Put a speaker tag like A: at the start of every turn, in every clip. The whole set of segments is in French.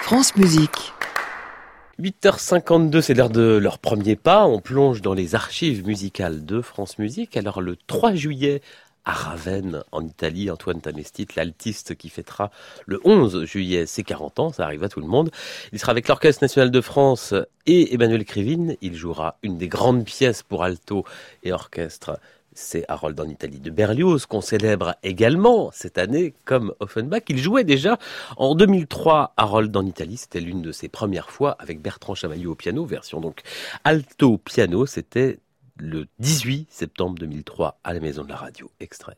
A: France Musique.
B: 8h52, c'est l'heure de leur premier pas. On plonge dans les archives musicales de France Musique. Alors le 3 juillet, à Ravenne, en Italie, Antoine Tamestit, l'altiste qui fêtera le 11 juillet ses 40 ans, ça arrive à tout le monde. Il sera avec l'Orchestre National de France et Emmanuel Krivine. Il jouera une des grandes pièces pour alto et orchestre. C'est Harold en Italie de Berlioz, qu'on célèbre également cette année comme Offenbach. Il jouait déjà en 2003 Harold en Italie. C'était l'une de ses premières fois avec Bertrand Chamaillot au piano, version donc alto piano. C'était le 18 septembre 2003 à la Maison de la Radio. Extrait.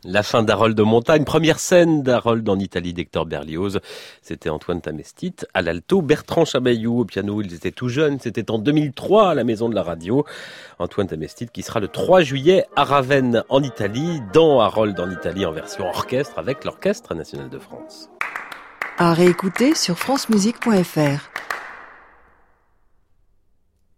B: La fin d'Harold de Montagne, première scène d'Harold en Italie d'Hector Berlioz. C'était Antoine Tamestit à l'alto, Bertrand Chabayou au piano. Ils étaient tout jeunes, c'était en 2003 à la Maison de la Radio. Antoine Tamestit qui sera le 3 juillet à Ravenne en Italie, dans Harold en Italie en version orchestre avec l'Orchestre national de France.
A: À réécouter sur francemusique.fr.